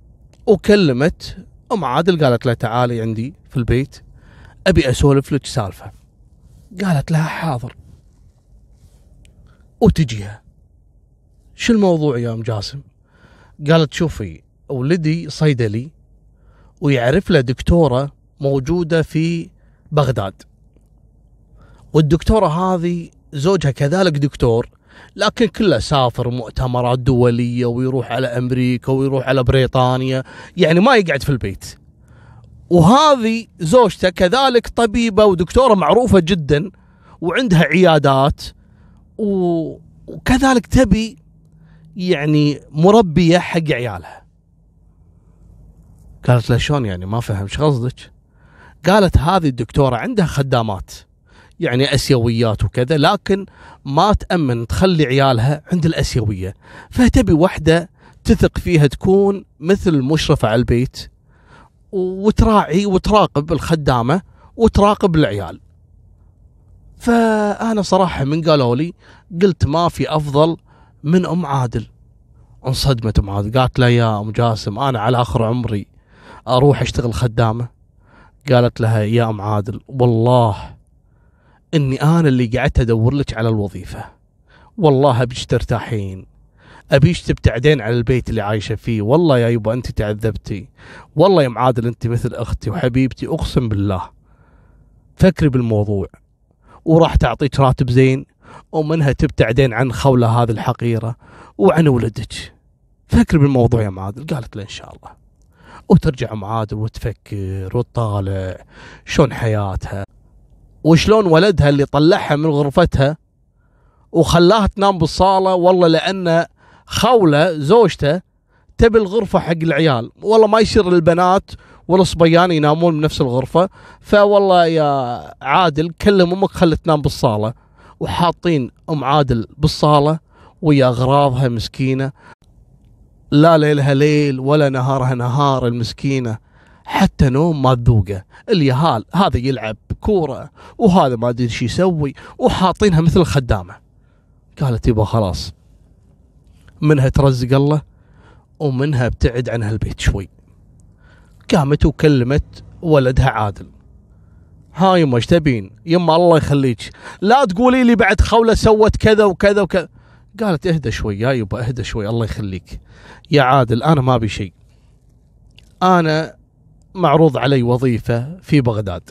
وكلمت ام عادل، قالت لها تعالي عندي في البيت ابي اسولف لك سالفة. قالت لها حاضر. وتجيها شو الموضوع يا ام جاسم؟ قالت شوفي ولدي صيدلي ويعرف له دكتورة موجودة في بغداد، والدكتورة هذه زوجها كذلك دكتور، لكن كله سافر مؤتمرات دولية ويروح على أمريكا ويروح على بريطانيا، يعني ما يقعد في البيت. وهذه زوجته كذلك طبيبة ودكتورة معروفة جدا وعندها عيادات، وكذلك تبي يعني مربية حق عيالها. قالت له شلون يعني ما فهم شو قصدك؟ قالت هذه الدكتورة عندها خدامات يعني اسيويات وكذا، لكن ما تأمن تخلي عيالها عند الاسيوية، فتبي وحدة تثق فيها تكون مثل مشرفة على البيت وتراعي وتراقب الخدامة وتراقب العيال. فأنا صراحة من قالوا لي قلت ما في أفضل من أم عادل. انصدمت أم عادل، قالت لا يا أم جاسم أنا على آخر عمري أروح أشتغل خدامة. قالت لها يا أم عادل والله إني أنا اللي قعدت أدور لك على الوظيفة، والله أبيش ترتاحين، أبيش تبتعدين عن البيت اللي عايشة فيه، والله يا يبا أنت تعذبتي، والله يا أم عادل أنت مثل أختي وحبيبتي، أقسم بالله فكري بالموضوع وراح تعطيك راتب زين، ومنها تبتعدين عن خولة هذه الحقيرة وعن ولدك، فكري بالموضوع يا أم عادل. قالت له إن شاء الله. وترجع ام عادل وتفكر وتطالع شلون حياتها، وشلون ولدها اللي طلعها من غرفتها وخلاها تنام بالصالة، والله لأن خولة زوجته تبي الغرفة حق العيال، والله ما يصير البنات والصبيان ينامون بنفس الغرفة، فوالله يا عادل كلم أمك خلت تنام بالصالة، وحاطين أم عادل بالصالة ويا أغراضها مسكينة، لا ليلها ليل ولا نهارها نهار المسكينة، حتى نوم ما تذوقه. اليهال هذا يلعب كورة وهذا ما أدري شو يسوي، وحاطينها مثل الخدامة. قالت يبا خلاص، منها ترزق الله ومنها ابتعد عن هالبيت شوي. قامت وكلمت ولدها عادل، ها يما ايش تبين؟ يما الله يخليك لا تقولي لي بعد خولة سوت كذا وكذا وكذا. قالت اهدى شوي يا يبا اهدى شوي الله يخليك يا عادل، انا ما ابي شيء، انا معروض علي وظيفة في بغداد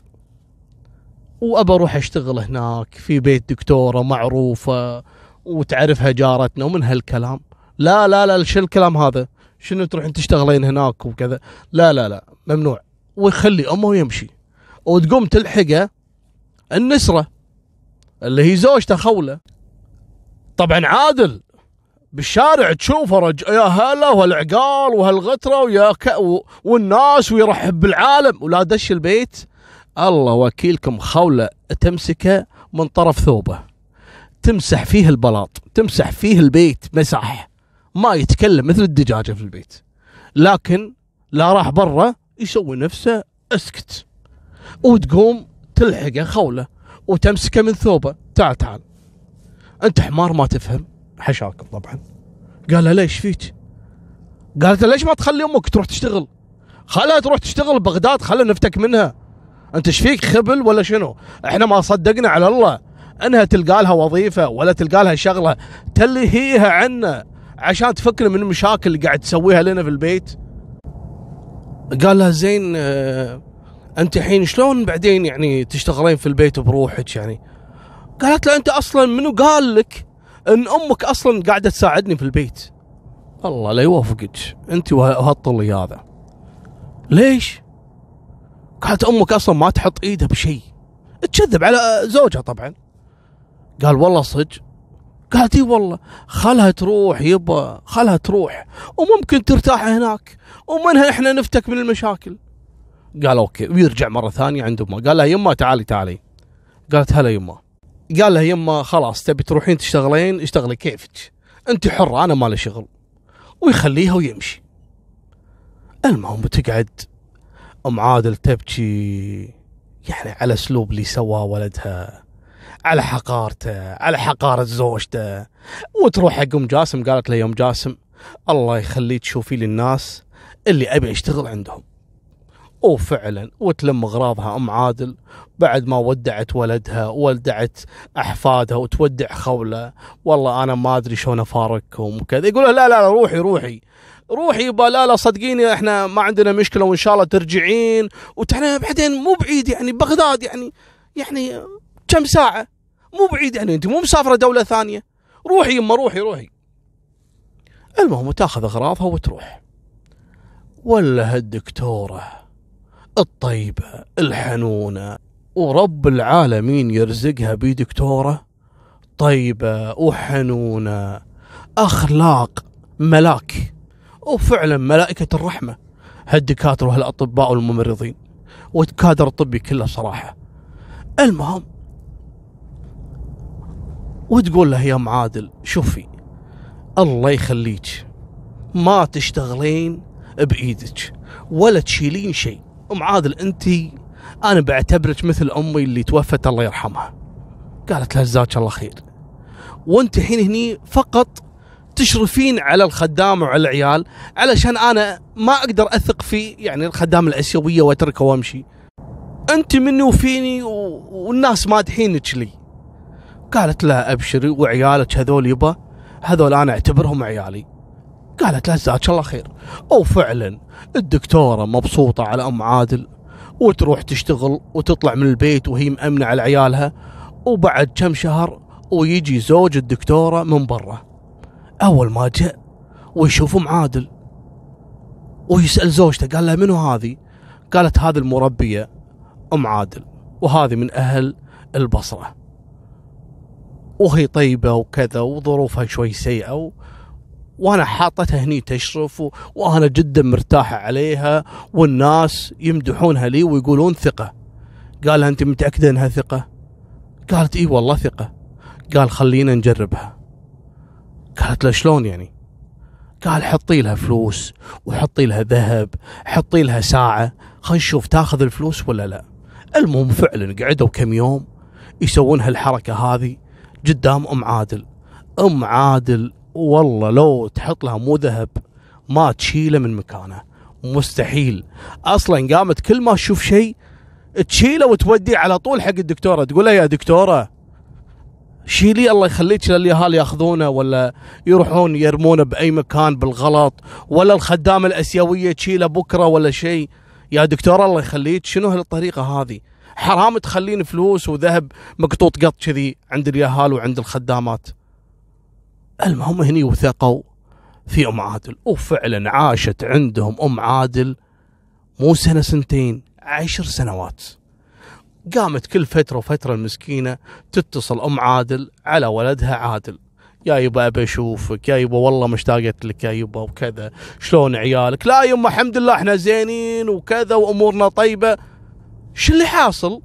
وابى اروح اشتغل هناك في بيت دكتورة معروفة وتعرفها جارتنا ومن هالكلام. لا لا لا شو الكلام هذا؟ شنو تروحين تشتغلين هناك وكذا؟ لا لا لا ممنوع. ويخلي امه ويمشي، وتقوم تلحقه النسرة اللي هي زوجته خولة. طبعا عادل بالشارع تشوفه يا هلا وهالعقال وهالغترة والناس ويرحب بالعالم، ولا دش البيت الله وكيلكم خولة تمسكه من طرف ثوبه تمسح فيه البلاط، تمسح فيه البيت مسح، ما يتكلم مثل الدجاجة في البيت، لكن لا راح برا يسوي نفسه اسكت. وتقوم تلحقه خولة وتمسكه من ثوبه، تعال تعال انت حمار ما تفهم، حشاكم طبعا. قال لها ليش فيك؟ قالت له ليش ما تخلي امك تروح تشتغل؟ خلها تروح تشتغل ببغداد، خلها نفتك منها، انت ايش فيك خبل ولا شنو؟ احنا ما صدقنا على الله انها تلقى لها وظيفه ولا تلقى لها شغله تلهيها عنا عشان تفكنا من المشاكل اللي قاعد تسويها لنا في البيت. قال لها زين انت الحين شلون بعدين يعني تشتغلين في البيت بروحك يعني؟ قالت له انت اصلا منو قال لك ان امك اصلا قاعده تساعدني في البيت؟ الله لا يوفقك انت وهالطلي هذا. ليش؟ قالت امك اصلا ما تحط ايدها بشيء، تكذب على زوجها طبعا. قال والله صدق؟ قالت اي والله. خلها تروح يبا، خلها تروح وممكن ترتاح هناك ومنها احنا نفتك من المشاكل. قال اوكي، ويرجع مره ثانيه عند امه. قال لها يما تعالي تعالي. قالت هلا يما. قال لها يما خلاص تبي تروحين تشتغلين اشتغلي كيفك، انت حره انا مالي شغل، ويخليها ويمشي. المهم تقعد ام عادل تبكي يعني على اسلوب اللي سواه ولدها، على حقارته، على حقارة زوجته. وتروح حق ام جاسم، قالت له يا ام جاسم الله يخليك شوفي لي الناس اللي ابي اشتغل عندهم. وفعلا وتلم اغراضها ام عادل بعد ما ودعت ولدها وودعت احفادها وتودع خولة، والله انا ما ادري شلون افارقكم وكذا. يقول لا لا روحي روحي روحي يبا، لا لا صدقيني احنا ما عندنا مشكله وان شاء الله ترجعين، وتحنا بعدين مو بعيد يعني بغداد يعني كم ساعه مو بعيد يعني، انت مو مسافره دوله ثانيه، روحي يما روحي روحي. المهم تاخذ اغراضها وتروح. ولا هالدكتوره الطيبه الحنونه ورب العالمين يرزقها بدكتوره طيبه وحنونه اخلاق ملاك، وفعلا ملائكه الرحمه هالدكاتره وهالاطباء والممرضين والكادر الطبي كله صراحه. المهم وتقول له يا ام عادل شوفي الله يخليك ما تشتغلين بايدك ولا تشيلين شيء. ام عادل انتي انا بعتبرك مثل امي اللي توفت الله يرحمها. قالت لها جزاك الله خير، وانت الحين هني فقط تشرفين على الخدامه وعلى العيال علشان انا ما اقدر اثق في يعني الخدامه الاسيويه واتركه وامشي، انت مني وفيني والناس مادحينك لي. قالت لها ابشري وعيالك هذول يبا هذول انا اعتبرهم عيالي. قالت لها جزاك الله خير. وفعلا الدكتوره مبسوطه على ام عادل وتروح تشتغل وتطلع من البيت وهي مأمنة على عيالها. وبعد كم شهر ويجي زوج الدكتوره من برا، اول ما جاء ويشوف ام عادل ويسأل زوجته قال لها منو هذه؟ قالت هذه المربية أم عادل، وهذه من أهل البصرة، وهي طيبة وكذا وظروفها شوي سيئة، وأنا حاطتها هني تشرف، وأنا جدا مرتاحة عليها، والناس يمدحونها لي ويقولون ثقة. قال أنت متأكدة أنها ثقة؟ قالت إيه والله ثقة. قال خلينا نجربها. قالت له شلون يعني؟ قال حطي لها فلوس وحطي لها ذهب، حطي لها ساعة، خلينا نشوف تاخذ الفلوس ولا لا. المهم فعلا قعدوا كم يوم يسوون هالحركة هذه قدام أم عادل. أم عادل والله لو تحط لها مو ذهب ما تشيله من مكانه، مستحيل. أصلا قامت كل ما تشوف شيء تشيله وتوديه على طول حق الدكتورة، تقول لها يا دكتورة شيلي الله يخليك لليهال ياخذونه ولا يروحون يرمونه بأي مكان بالغلط، ولا الخدامة الأسيوية تشيله بكرة ولا شيء. يا دكتورة الله يخليك شنو هالطريقة هذه؟ حرام تخلين فلوس وذهب مقطوط قط كذي عند اليهال وعند الخدامات. المهم هني وثقوا في أم عادل، وفعلا عاشت عندهم أم عادل مو سنة سنتين، 10 سنوات. قامت كل فترة وفترة المسكينة تتصل أم عادل على ولدها عادل، يا يبا أبي أشوفك، يا يبا والله مشتاقت لك يا يبا وكذا، شلون عيالك؟ لا يما الحمد لله احنا زينين وكذا وأمورنا طيبة. شو اللي حاصل؟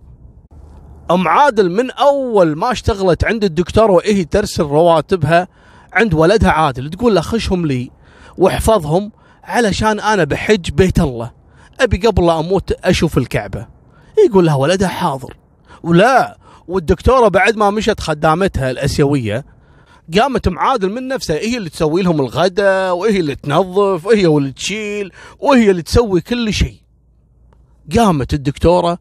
أم عادل من أول ما اشتغلت عند الدكتور وإيه ترسل رواتبها عند ولدها عادل، تقول له خشهم لي واحفظهم علشان أنا بحج بيت الله، أبي قبل لا أموت أشوف الكعبة. يقول لها ولدها حاضر. ولا والدكتورة بعد ما مشت خدامتها الأسيوية قامت أم عادل من نفسها هي اللي تسوي لهم الغداء، وهي اللي تنظف، وهي اللي تشيل، وهي اللي تسوي كل شيء. قامت الدكتورة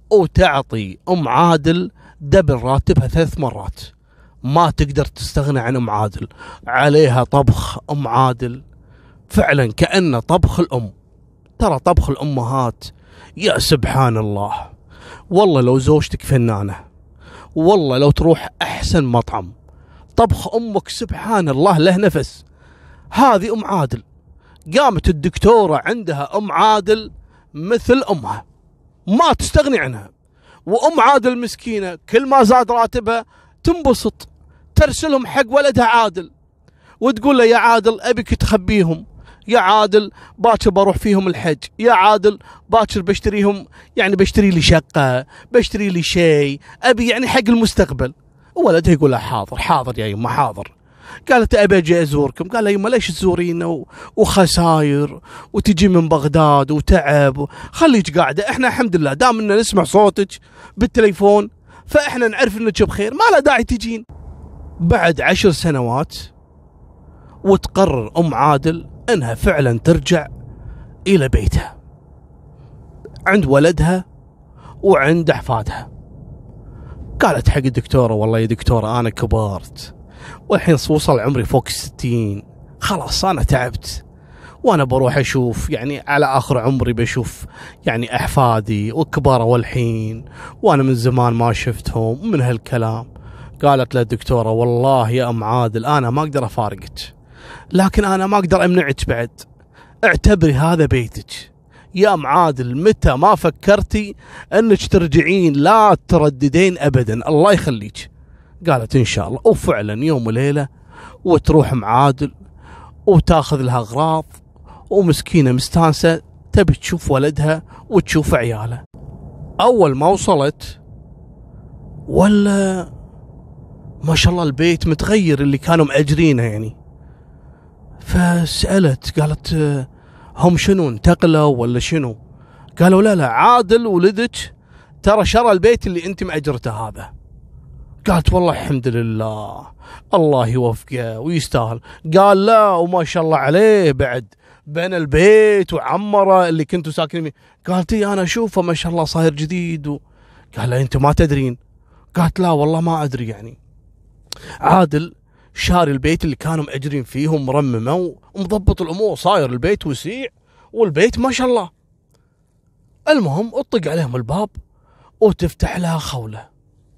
وتعطي أم عادل دبل راتبها 3 مرات. ما تقدر تستغنى عن أم عادل، عليها طبخ أم عادل فعلا كأنه طبخ الأم. ترى طبخ الأمهات يا سبحان الله، والله لو زوجتك فنانة، والله لو تروح أحسن مطعم، طبخ أمك سبحان الله له نفس. هذه أم عادل، قامت الدكتورة عندها أم عادل مثل أمها، ما تستغني عنها. وأم عادل مسكينة كل ما زاد راتبها تنبسط، ترسلهم حق ولدها عادل وتقول له يا عادل أبيك تخبيهم، يا عادل باكر بروح فيهم الحج، يا عادل باكر بشتريهم، يعني بشتري لي شقة، بشتري لي شيء، أبي يعني حق المستقبل. ولدها يقول لها حاضر حاضر يا يما حاضر. قالت أبي أجي أزوركم. قال لها يما ليش تزورينا وخساير وتجي من بغداد وتعب، خليك قاعدة، احنا الحمد لله دام إننا نسمع صوتك بالتليفون فاحنا نعرف انك بخير، ما لا داعي تجين. بعد 10 سنوات وتقرر أم عادل أنها فعلا ترجع إلى بيتها عند ولدها وعند أحفادها. قالت حق الدكتورة والله يا دكتورة أنا كبرت والحين وصل عمري فوق 60، خلاص أنا تعبت، وأنا بروح أشوف يعني على آخر عمري بشوف يعني أحفادي وكبروا الحين، وأنا من زمان ما شفتهم من هالكلام. قالت له الدكتورة والله يا أم عادل أنا ما أقدر أفارقك، لكن أنا ما أقدر أمنعك بعد، اعتبري هذا بيتك. يا أم عادل متى ما فكرتي أنك ترجعين لا ترددين أبدا، الله يخليك. قالت إن شاء الله. وفعلا يوم وليلة وتروح أم عادل وتاخذ لها أغراض، ومسكينة مستانسة تبي تشوف ولدها وتشوف عياله. أول ما وصلت ولا ما شاء الله البيت متغير اللي كانوا مأجرينه يعني. فسألت قالت هم شنو انتقلوا ولا شنو؟ قالوا لا لا عادل ولدك ترى شرى البيت اللي انت مأجرته هذا. قالت والله الحمد لله الله يوفقه ويستاهل. قال لا وما شاء الله عليه بعد بنى البيت وعمره اللي كنتوا ساكنين فيه. قالت انا اشوفه ما شاء الله صاير جديد قال لا انتم ما تدرين. قالت لا والله ما ادري يعني. عادل شاري البيت اللي كانوا مأجرين فيه ومرممه ومضبط الامور، صاير البيت وسيع والبيت ما شاء الله. المهم اطق عليهم الباب وتفتح لها خوله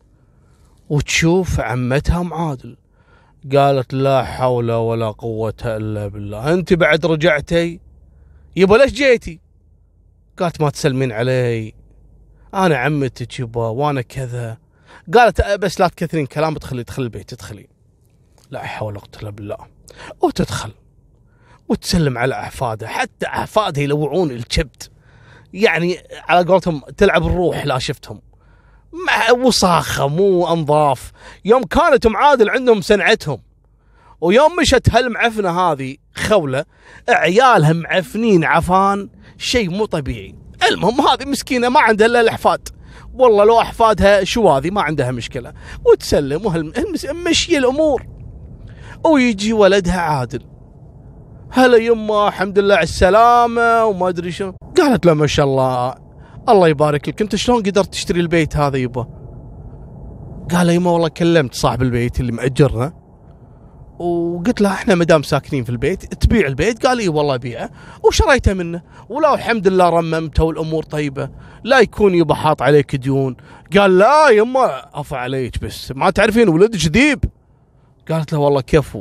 وتشوف عمتها ام عادل. قالت لا حول ولا قوة الا بالله، انت بعد رجعتي؟ يبا ليش جيتي؟ قالت ما تسلمين علي، انا عمتك يبا وانا كذا. قالت بس لا تكثرين كلام، ادخل البيت ادخلي. لا حول ولا قوه الا بالله. وتدخل وتسلم على احفادها، حتى احفادها يلوعون الكبت، يعني على قولتهم تلعب الروح. لا شفتهم وصاخه مو انظاف. يوم كانت ام عادل عندهم صنعتهم، ويوم مشت هالمعفنه هذه خوله، عيالها معفنين عفان شيء مو طبيعي. المهم هذه مسكينه ما عندها الا الاحفاد، والله لو احفادها شواذي ما عندها مشكله، وتسلم ومشي الامور. ويجي ولدها عادل، هلا يمه الحمد لله على السلامه وما ادري شو. قالت له ما شاء الله الله يبارك لك، انت شلون قدرت تشتري البيت هذا يبا؟ قال يمه والله كلمت صاحب البيت اللي مأجرنا وقلت له احنا مدام ساكنين في البيت تبيع البيت؟ قال اي والله بيعه، وشريته منه، ولا الحمد لله رممته والامور طيبه، لا يكون يبا حاط عليك ديون. قال لا يما عفا عليك، بس ما تعرفين ولدك ذيب. قالت له والله كفو،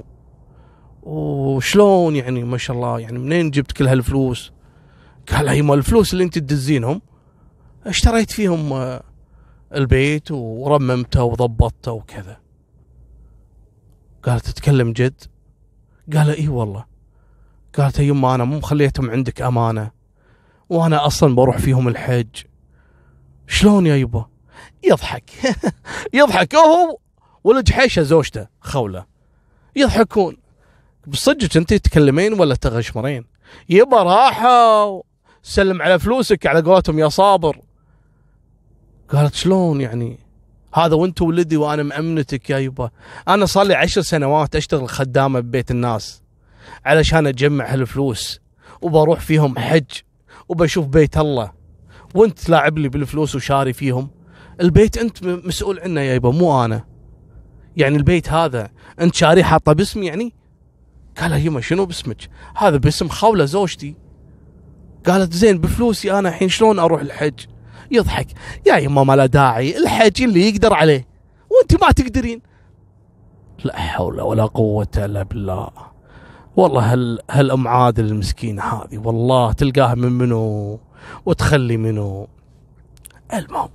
وشلون يعني ما شاء الله، يعني منين جبت كل هالفلوس؟ قال لها يما الفلوس اللي انت تدزينهم اشتريت فيهم البيت ورممته وضبطته وكذا. قالت تتكلم جد؟ قال اي والله. قالت يما انا مو مخليتهم عندك امانه، وانا اصلا بروح فيهم الحج. شلون يا يبا؟ يضحك يضحك هو والجحيشه زوجته خوله يضحكون. بصدقك انت تتكلمين ولا تغشمرين؟ يبا راحوا سلم على فلوسك على قولتهم يا صابر. قالت شلون يعني هذا وانت ولدي وانا مأمنتك يا يبا؟ انا صار لي 10 سنوات اشتغل خدامه ببيت الناس علشان اجمع هالفلوس، وبروح فيهم حج وبشوف بيت الله، وانت تلاعب لي بالفلوس وشاري فيهم. البيت انت مسؤول عنه يا يبا مو انا، يعني البيت هذا انت شاري حاطه باسمي يعني؟ قال يما شنو باسمك؟ هذا باسم خوله زوجتي. قالت زين بفلوسي انا الحين شلون اروح الحج؟ يضحك يا يما ما لا داعي، الحج اللي يقدر عليه وانت ما تقدرين. لا حول ولا قوة الا بالله. والله هالام عادل المسكينة هذه والله تلقاها من منو وتخلي منو. المهم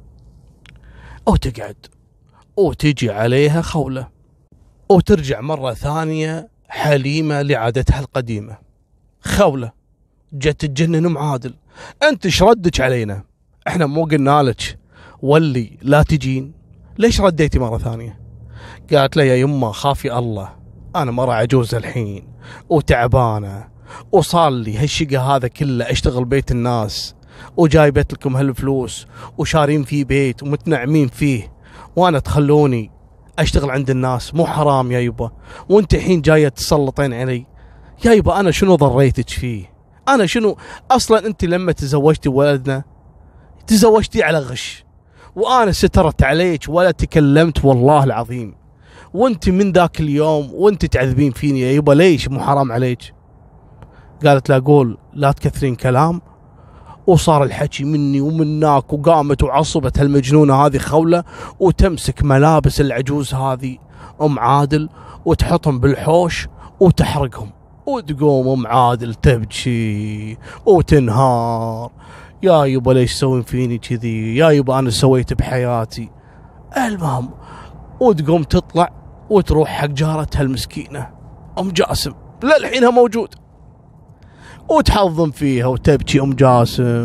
وتقعد وتجي عليها خوله، وترجع مرة ثانية حليمة لعادتها القديمة. خوله جت تجنن ام عادل، انت ايش ردك علينا؟ احنا مو قلنا لك ولي لا تجين؟ ليش رديتي مرة ثانية؟ قالت له يا يما خافي الله، انا مرة عجوز الحين وتعبانة، وصار لي هالشقة هذا كله اشتغل بيت الناس، وجايبت لكم هالفلوس وشارين فيه بيت ومتنعمين فيه، وانا تخلوني اشتغل عند الناس؟ مو حرام يا يبا؟ وانت الحين جاية تسلطين علي يا يبا؟ انا شنو ضريتك فيه؟ انا شنو اصلا؟ انت لما تزوجتي ولدنا تزوجتي على غش، وانا سترت عليك ولا تكلمت والله العظيم، وانت من ذاك اليوم وانت تعذبين فيني يا يبا. ليش مو حرام عليك؟ قالت لا قول لا تكثرين كلام. وصار الحكي مني ومناك، وقامت وعصبت هالمجنونة هذه خوله، وتمسك ملابس العجوز هذه ام عادل وتحطهم بالحوش وتحرقهم، وتقوم ام عادل تبكي وتنهار. يا يبا ليش تسوين فيني كذي؟ يا يبا انا سويت بحياتي. المهم وتقوم تطلع وتروح حق جارتها المسكينة ام جاسم، للحينها موجود، وتحضن فيها وتبكي ام جاسم،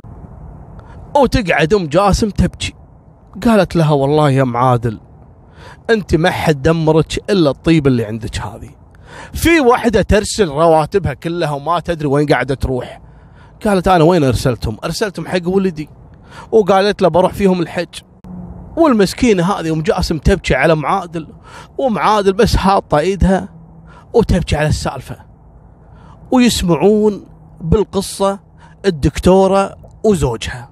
وتقعد ام جاسم تبكي. قالت لها والله يا ام عادل انت ما حد دمرك الا الطيب اللي عندك هذه، في واحدة ترسل رواتبها كلها وما تدري وين قاعدة تروح. قالت انا وين ارسلتهم؟ ارسلتهم حق ولدي، وقالت له بروح فيهم الحج. والمسكينة هذه ام جاسم تبكي على ام عادل، وام عادل بس حاطة ايدها وتبكي على السالفة. ويسمعون بالقصة الدكتورة وزوجها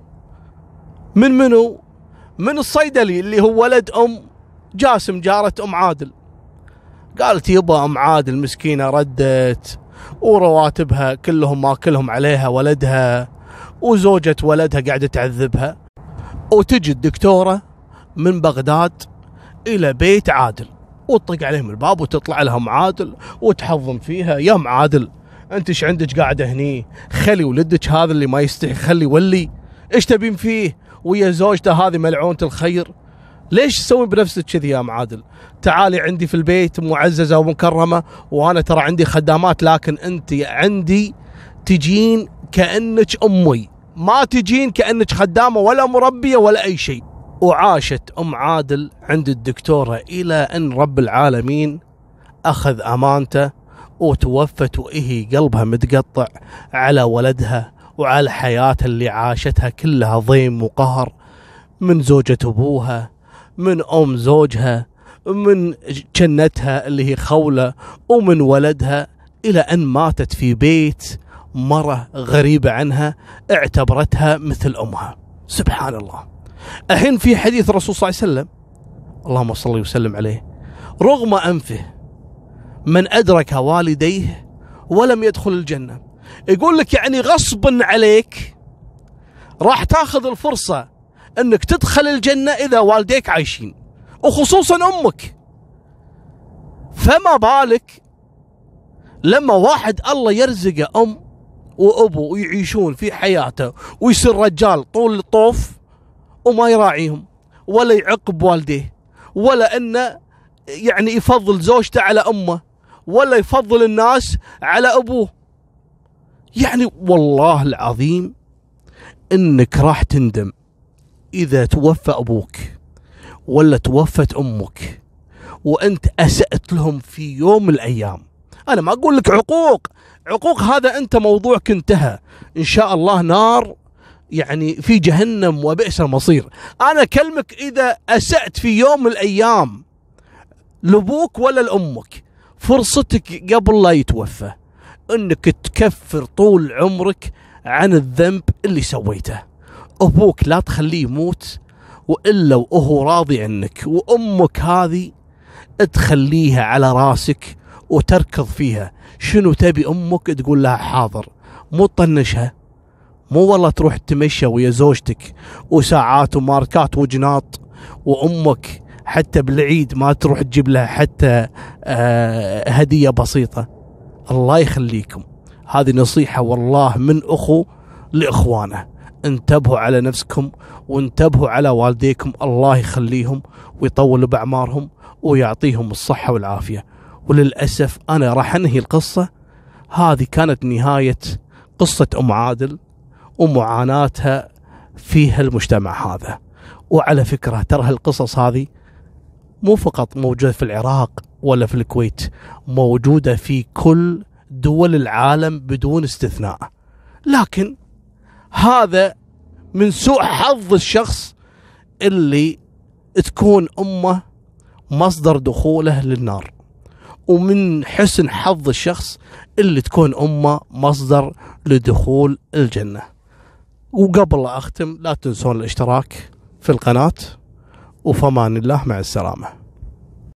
منو؟ من الصيدلي اللي هو ولد ام جاسم جارة ام عادل. قالت يبا ام عادل مسكينة ردت، ورواتبها كلهم ماكلهم عليها ولدها، وزوجة ولدها قاعدة تعذبها. وتجي الدكتورة من بغداد الى بيت عادل وتطق عليهم الباب، وتطلع لها ام عادل وتحضن فيها. يا ام عادل انت ايش عندك قاعده هني؟ خلي ولدك هذا اللي ما يستحي خلي ولي، ايش تبين فيه ويا زوجته هذه ملعونة الخير؟ ليش تسوي بنفسك كذي يا ام عادل؟ تعالي عندي في البيت معززه ومكرمه، وانا ترى عندي خدامات، لكن انت عندي تجين كانك امي، ما تجين كانك خدامه ولا مربيه ولا اي شيء. وعاشت ام عادل عند الدكتوره الى ان رب العالمين اخذ امانته وتوفت، وهي قلبها متقطع على ولدها وعلى حياتها اللي عاشتها كلها ضيم وقهر من زوجة ابوها، من ام زوجها، من جنتها اللي هي خولة، ومن ولدها، الى ان ماتت في بيت مرة غريبة عنها اعتبرتها مثل امها. سبحان الله. الحين في حديث الرسول صلى الله عليه وسلم، اللهم صل وسلم عليه، رغم انفه من ادرك والديه ولم يدخل الجنة. يقول لك يعني غصبا عليك راح تاخذ الفرصة انك تدخل الجنة اذا والديك عايشين، وخصوصا امك. فما بالك لما واحد الله يرزقه ام وابو ويعيشون في حياته ويصير رجال طول الطوف وما يراعيهم ولا يعقب والديه، ولا انه يعني يفضل زوجته على امه، ولا يفضل الناس على ابوه. يعني والله العظيم انك راح تندم اذا توفى ابوك ولا توفت امك وانت اسأت لهم في يوم من الايام. انا ما اقول لك عقوق هذا انت موضوعك انتهى، ان شاء الله نار يعني في جهنم وبئس المصير. انا اكلمك اذا اسأت في يوم من الايام لابوك ولا لامك، فرصتك قبل لا يتوفى انك تكفر طول عمرك عن الذنب اللي سويته. ابوك لا تخليه يموت والا وهو راضي عنك، وامك هذه تخليها على راسك وتركض فيها. شنو تبي امك تقول لها حاضر، مو تطنشها، مو والله تروح تمشى ويا زوجتك وساعات وماركات وجناط، وامك حتى بالعيد ما تروح تجيب لها حتى هدية بسيطة. الله يخليكم، هذه نصيحة والله من أخو لإخوانه. انتبهوا على نفسكم وانتبهوا على والديكم، الله يخليهم ويطول بأعمارهم ويعطيهم الصحة والعافية. وللأسف أنا راح أنهي القصة. هذه كانت نهاية قصة أم عادل ومعاناتها في المجتمع هذا. وعلى فكرة ترى هالقصص هذه مو فقط موجودة في العراق ولا في الكويت، موجودة في كل دول العالم بدون استثناء. لكن هذا من سوء حظ الشخص اللي تكون أمه مصدر دخوله للنار، ومن حسن حظ الشخص اللي تكون أمه مصدر لدخول الجنة. وقبل لا أختم لا تنسون الاشتراك في القناة، وفمان الله، مع السلامة.